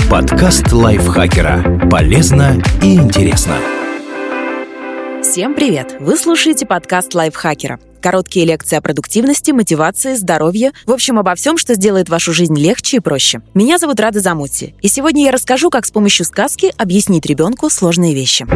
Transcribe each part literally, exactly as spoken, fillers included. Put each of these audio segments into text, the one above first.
Подкаст лайфхакера. Полезно и интересно. Всем привет! Вы слушаете подкаст лайфхакера. Короткие лекции о продуктивности, мотивации, здоровье, в общем, обо всем, что сделает вашу жизнь легче и проще. Меня зовут Рада Замутти, и сегодня я расскажу, как с помощью сказки объяснить ребенку сложные вещи.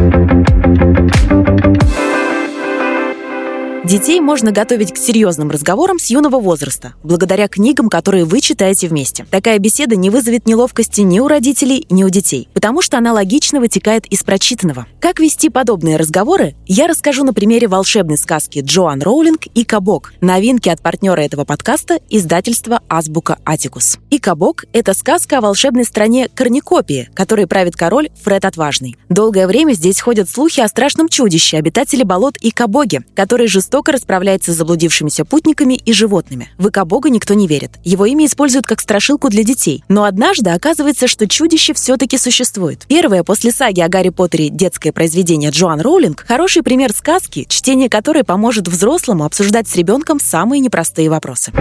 Детей можно готовить к серьезным разговорам с юного возраста, благодаря книгам, которые вы читаете вместе. Такая беседа не вызовет неловкости ни у родителей, ни у детей, потому что она логично вытекает из прочитанного. Как вести подобные разговоры, я расскажу на примере волшебной сказки Джоан Роулинг «Икабок», новинки от партнера этого подкаста, издательства «Азбука Атикус». «Икабок» — это сказка о волшебной стране Корникопии, которой правит король Фред Отважный. Долгое время здесь ходят слухи о страшном чудище, обитателе болот Икабоге, который жестоко расправляется с заблудившимися путниками и животными. В Икабога никто не верит. Его имя используют как страшилку для детей. Но однажды оказывается, что чудище все-таки существует. Первое после саги о Гарри Поттере детское произведение Джоан Роулинг — хороший пример сказки, чтение которой поможет взрослому обсуждать с ребенком самые непростые вопросы.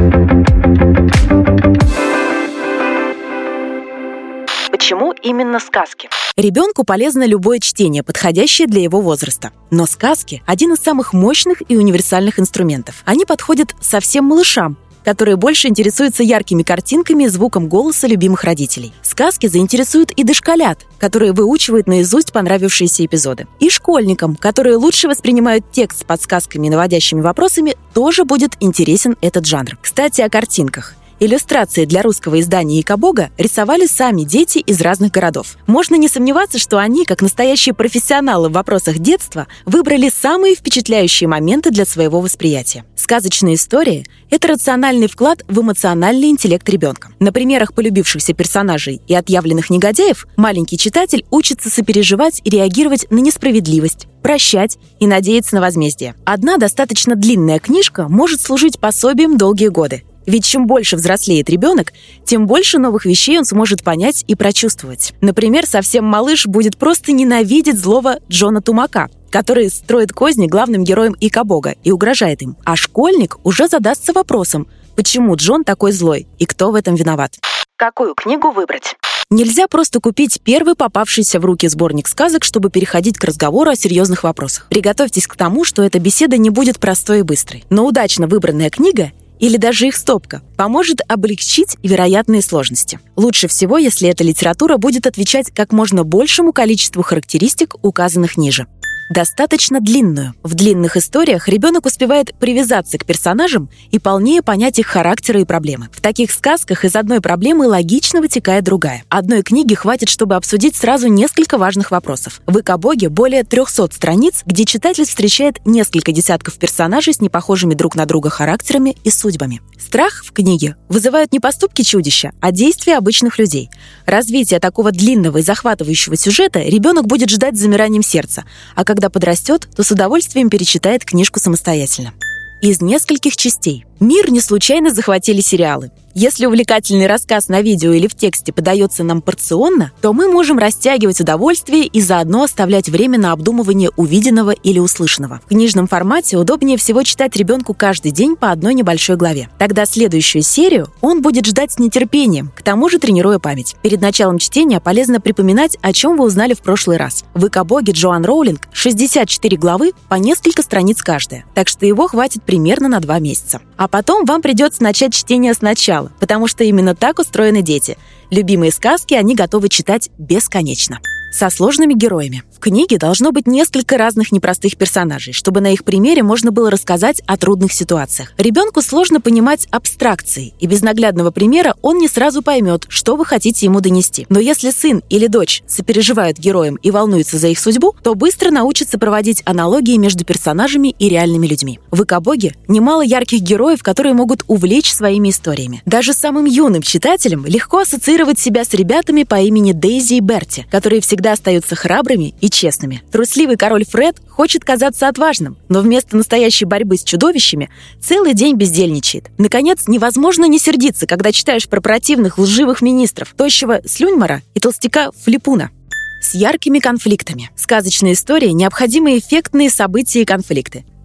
Почему именно сказки? Ребенку полезно любое чтение, подходящее для его возраста. Но сказки – один из самых мощных и универсальных инструментов. Они подходят совсем малышам, которые больше интересуются яркими картинками и звуком голоса любимых родителей. Сказки заинтересуют и дошколят, которые выучивают наизусть понравившиеся эпизоды. И школьникам, которые лучше воспринимают текст с подсказками и наводящими вопросами, тоже будет интересен этот жанр. Кстати, о картинках. Иллюстрации для русского издания «Икабога» рисовали сами дети из разных городов. Можно не сомневаться, что они, как настоящие профессионалы в вопросах детства, выбрали самые впечатляющие моменты для своего восприятия. Сказочные истории — это рациональный вклад в эмоциональный интеллект ребенка. На примерах полюбившихся персонажей и отъявленных негодяев маленький читатель учится сопереживать и реагировать на несправедливость, прощать и надеяться на возмездие. Одна достаточно длинная книжка может служить пособием долгие годы. Ведь чем больше взрослеет ребенок, тем больше новых вещей он сможет понять и прочувствовать. Например, совсем малыш будет просто ненавидеть злого Джона Тумака, который строит козни главным героям Икабога и угрожает им. А школьник уже задастся вопросом, почему Джон такой злой и кто в этом виноват. Какую книгу выбрать? Нельзя просто купить первый попавшийся в руки сборник сказок, чтобы переходить к разговору о серьезных вопросах. Приготовьтесь к тому, что эта беседа не будет простой и быстрой. Но удачно выбранная книга или даже их стопка поможет облегчить вероятные сложности. Лучше всего, если эта литература будет отвечать как можно большему количеству характеристик, указанных ниже. Достаточно длинную. В длинных историях ребенок успевает привязаться к персонажам и полнее понять их характеры и проблемы. В таких сказках из одной проблемы логично вытекает другая. Одной книги хватит, чтобы обсудить сразу несколько важных вопросов. В «Икабоге» более трехсот страниц, где читатель встречает несколько десятков персонажей с непохожими друг на друга характерами и судьбами. Страх в книге вызывают не поступки чудища, а действия обычных людей. Развитие такого длинного и захватывающего сюжета ребенок будет ждать с замиранием сердца, а когда Когда подрастет, то с удовольствием перечитает книжку самостоятельно. Из нескольких частей. Мир не случайно захватили сериалы. Если увлекательный рассказ на видео или в тексте подается нам порционно, то мы можем растягивать удовольствие и заодно оставлять время на обдумывание увиденного или услышанного. В книжном формате удобнее всего читать ребенку каждый день по одной небольшой главе. Тогда следующую серию он будет ждать с нетерпением, к тому же тренируя память. Перед началом чтения полезно припоминать, о чем вы узнали в прошлый раз. В «Икабоге» Джоан Роулинг шестьдесят четыре главы, по несколько страниц каждая, так что его хватит примерно на два месяца. А потом вам придется начать чтение сначала, потому что именно так устроены дети. Любимые сказки они готовы читать бесконечно. Со сложными героями. В книге должно быть несколько разных непростых персонажей, чтобы на их примере можно было рассказать о трудных ситуациях. Ребенку сложно понимать абстракции, и без наглядного примера он не сразу поймет, что вы хотите ему донести. Но если сын или дочь сопереживают героям и волнуются за их судьбу, то быстро научатся проводить аналогии между персонажами и реальными людьми. В «Икабоге» немало ярких героев, которые могут увлечь своими историями. Даже самым юным читателям легко ассоциировать себя с ребятами по имени Дейзи и Берти, которые всегда всегда остаются храбрыми и честными. Трусливый король Фред хочет казаться отважным, но вместо настоящей борьбы с чудовищами целый день бездельничает. Наконец, невозможно не сердиться, когда читаешь про противных лживых министров, тощего Слюньмара и толстяка Флипуна. С яркими конфликтами. Сказочная история — необходимые эффектные события и конфликты.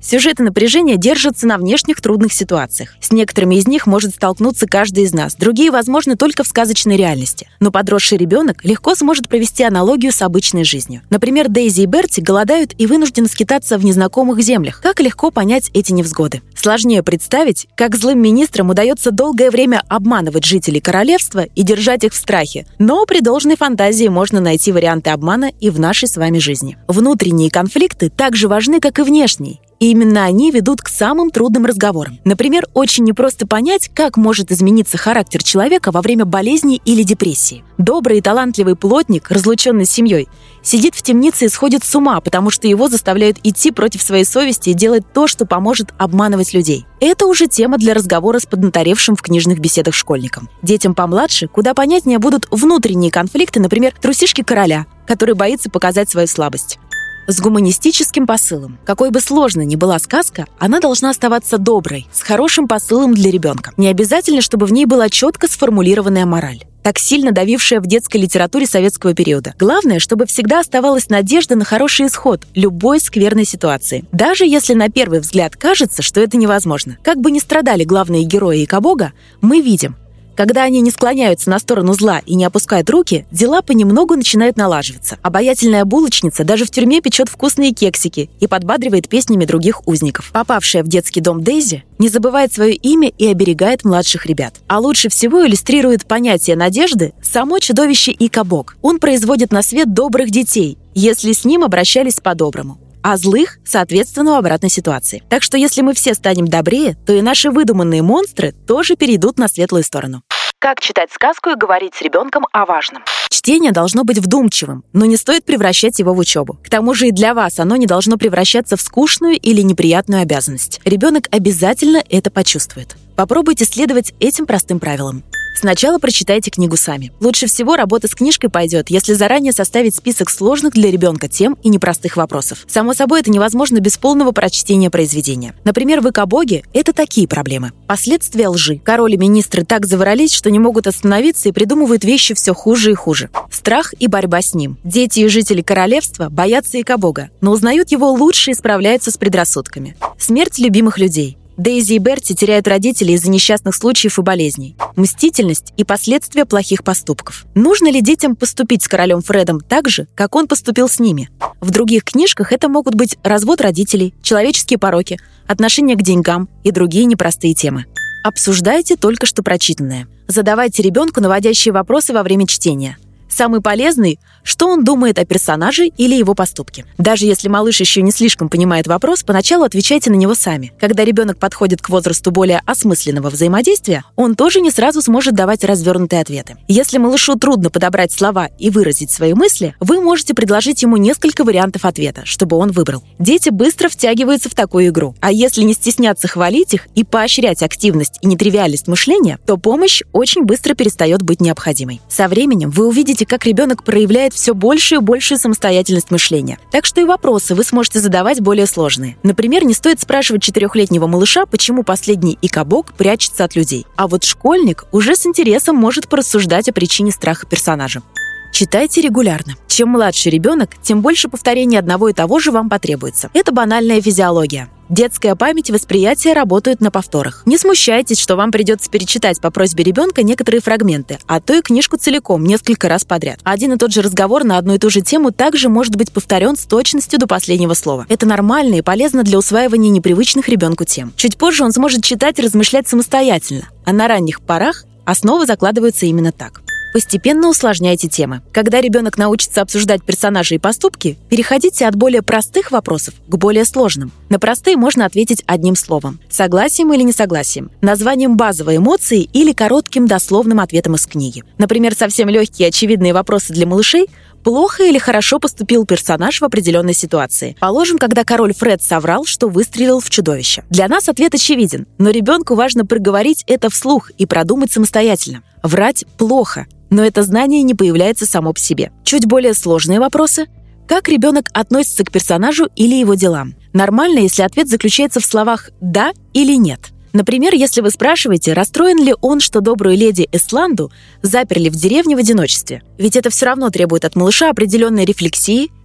Сюжеты напряжения держатся на внешних трудных ситуациях. С некоторыми из них может столкнуться каждый из нас, другие, возможно, только в сказочной реальности. Но подросший ребенок легко сможет провести аналогию с обычной жизнью. Например, Дейзи и Берти голодают и вынуждены скитаться в незнакомых землях. Как легко понять эти невзгоды? Сложнее представить, как злым министрам удается долгое время обманывать жителей королевства и держать их в страхе. Но при должной фантазии можно найти варианты обмана и в нашей с вами жизни. Внутренние конфликты так же важны, как и внешние. И именно они ведут к самым трудным разговорам. Например, очень непросто понять, как может измениться характер человека во время болезни или депрессии. Добрый и талантливый плотник, разлученный с семьей, сидит в темнице и сходит с ума, потому что его заставляют идти против своей совести и делать то, что поможет обманывать людей. Это уже тема для разговора с поднаторевшим в книжных беседах школьником. Детям помладше куда понятнее будут внутренние конфликты, например, трусишки короля, который боится показать свою слабость. С гуманистическим посылом. Какой бы сложной ни была сказка, она должна оставаться доброй, с хорошим посылом для ребенка. Не обязательно, чтобы в ней была четко сформулированная мораль, так сильно давившая в детской литературе советского периода. Главное, чтобы всегда оставалась надежда на хороший исход любой скверной ситуации. Даже если на первый взгляд кажется, что это невозможно. Как бы ни страдали главные герои и Икабога, мы видим, когда они не склоняются на сторону зла и не опускают руки, дела понемногу начинают налаживаться. Обаятельная булочница даже в тюрьме печет вкусные кексики и подбадривает песнями других узников. Попавшая в детский дом Дейзи не забывает свое имя и оберегает младших ребят. А лучше всего иллюстрирует понятие надежды само чудовище Икабог. Он производит на свет добрых детей, если с ним обращались по-доброму, а злых, соответственно, в обратной ситуации. Так что если мы все станем добрее, то и наши выдуманные монстры тоже перейдут на светлую сторону. Как читать сказку и говорить с ребенком о важном? Чтение должно быть вдумчивым, но не стоит превращать его в учебу. К тому же и для вас оно не должно превращаться в скучную или неприятную обязанность. Ребенок обязательно это почувствует. Попробуйте следовать этим простым правилам. Сначала прочитайте книгу сами. Лучше всего работа с книжкой пойдет, если заранее составить список сложных для ребенка тем и непростых вопросов. Само собой, это невозможно без полного прочтения произведения. Например, в Икабоге это такие проблемы. Последствия лжи. Король и министры так заворолись, что не могут остановиться и придумывают вещи все хуже и хуже. Страх и борьба с ним. Дети и жители королевства боятся Икабога, но узнают его лучше и справляются с предрассудками. Смерть любимых людей. Дейзи и Берти теряют родителей из-за несчастных случаев и болезней. Мстительность и последствия плохих поступков. Нужно ли детям поступить с королем Фредом так же, как он поступил с ними? В других книжках это могут быть развод родителей, человеческие пороки, отношение к деньгам и другие непростые темы. Обсуждайте только что прочитанное. Задавайте ребенку наводящие вопросы во время чтения. Самый полезный – что он думает о персонаже или его поступке. Даже если малыш еще не слишком понимает вопрос, поначалу отвечайте на него сами. Когда ребенок подходит к возрасту более осмысленного взаимодействия, он тоже не сразу сможет давать развернутые ответы. Если малышу трудно подобрать слова и выразить свои мысли, вы можете предложить ему несколько вариантов ответа, чтобы он выбрал. Дети быстро втягиваются в такую игру. А если не стесняться хвалить их и поощрять активность и нетривиальность мышления, то помощь очень быстро перестает быть необходимой. Со временем вы увидите, как ребенок проявляет все большую и большую самостоятельность мышления. Так что и вопросы вы сможете задавать более сложные. Например, не стоит спрашивать четырехлетнего малыша, почему последний Икабог прячется от людей. А вот школьник уже с интересом может порассуждать о причине страха персонажа. Читайте регулярно. Чем младше ребенок, тем больше повторений одного и того же вам потребуется. Это банальная физиология. Детская память и восприятие работают на повторах. Не смущайтесь, что вам придется перечитать по просьбе ребенка некоторые фрагменты, а то и книжку целиком несколько раз подряд. Один и тот же разговор на одну и ту же тему также может быть повторен с точностью до последнего слова. Это нормально и полезно для усваивания непривычных ребенку тем. Чуть позже он сможет читать и размышлять самостоятельно, а на ранних порах основы закладываются именно так. Постепенно усложняйте темы. Когда ребенок научится обсуждать персонажи и поступки, переходите от более простых вопросов к более сложным. На простые можно ответить одним словом – согласием или несогласием, названием базовой эмоции или коротким дословным ответом из книги. Например, совсем легкие и очевидные вопросы для малышей – плохо или хорошо поступил персонаж в определенной ситуации. Положим, когда король Фред соврал, что выстрелил в чудовище. Для нас ответ очевиден, но ребенку важно проговорить это вслух и продумать самостоятельно. Врать плохо, но это знание не появляется само по себе. Чуть более сложные вопросы. Как ребенок относится к персонажу или его делам? Нормально, если ответ заключается в словах «да» или «нет». Например, если вы спрашиваете, расстроен ли он, что добрую леди Эсланду заперли в деревне в одиночестве. Ведь это все равно требует от малыша определенной рефлексии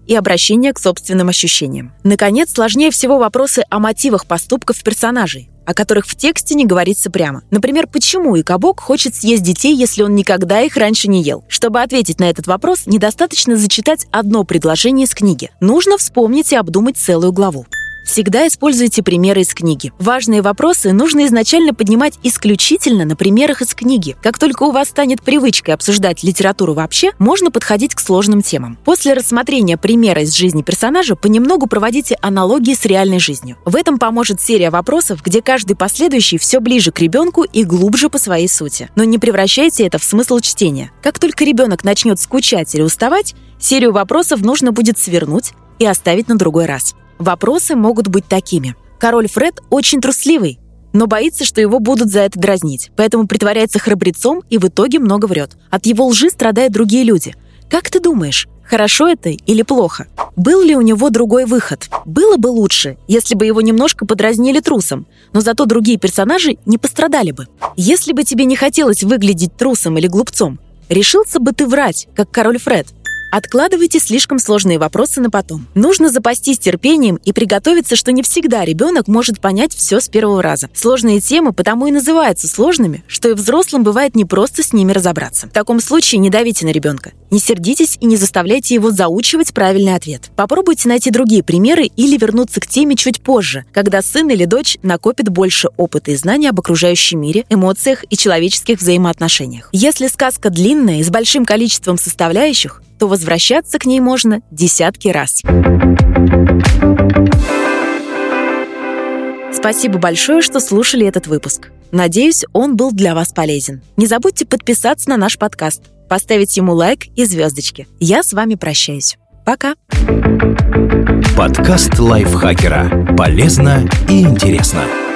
и обращение к собственным ощущениям. Наконец, сложнее всего вопросы о мотивах поступков персонажей, о которых в тексте не говорится прямо. Например, почему Икабок хочет съесть детей, если он никогда их раньше не ел? Чтобы ответить на этот вопрос, недостаточно зачитать одно предложение из книги. Нужно вспомнить и обдумать целую главу. Всегда используйте примеры из книги. Важные вопросы нужно изначально поднимать исключительно на примерах из книги. Как только у вас станет привычкой обсуждать литературу вообще, можно подходить к сложным темам. После рассмотрения примера из жизни персонажа понемногу проводите аналогии с реальной жизнью. В этом поможет серия вопросов, где каждый последующий все ближе к ребенку и глубже по своей сути. Но не превращайте это в смысл чтения. Как только ребенок начнет скучать или уставать, серию вопросов нужно будет свернуть и оставить на другой раз. Вопросы могут быть такими. Король Фред очень трусливый, но боится, что его будут за это дразнить, поэтому притворяется храбрецом и в итоге много врет. От его лжи страдают другие люди. Как ты думаешь, хорошо это или плохо? Был ли у него другой выход? Было бы лучше, если бы его немножко подразнили трусом, но зато другие персонажи не пострадали бы. Если бы тебе не хотелось выглядеть трусом или глупцом, решился бы ты врать, как король Фред? Откладывайте слишком сложные вопросы на потом. Нужно запастись терпением и приготовиться, что не всегда ребенок может понять все с первого раза. Сложные темы потому и называются сложными, что и взрослым бывает непросто с ними разобраться. В таком случае не давите на ребенка. Не сердитесь и не заставляйте его заучивать правильный ответ. Попробуйте найти другие примеры или вернуться к теме чуть позже, когда сын или дочь накопит больше опыта и знаний об окружающем мире, эмоциях и человеческих взаимоотношениях. Если сказка длинная и с большим количеством составляющих, то возвращаться к ней можно десятки раз. Спасибо большое, что слушали этот выпуск. Надеюсь, он был для вас полезен. Не забудьте подписаться на наш подкаст, поставить ему лайк и звездочки. Я с вами прощаюсь. Пока! Подкаст лайфхакера. Полезно и интересно.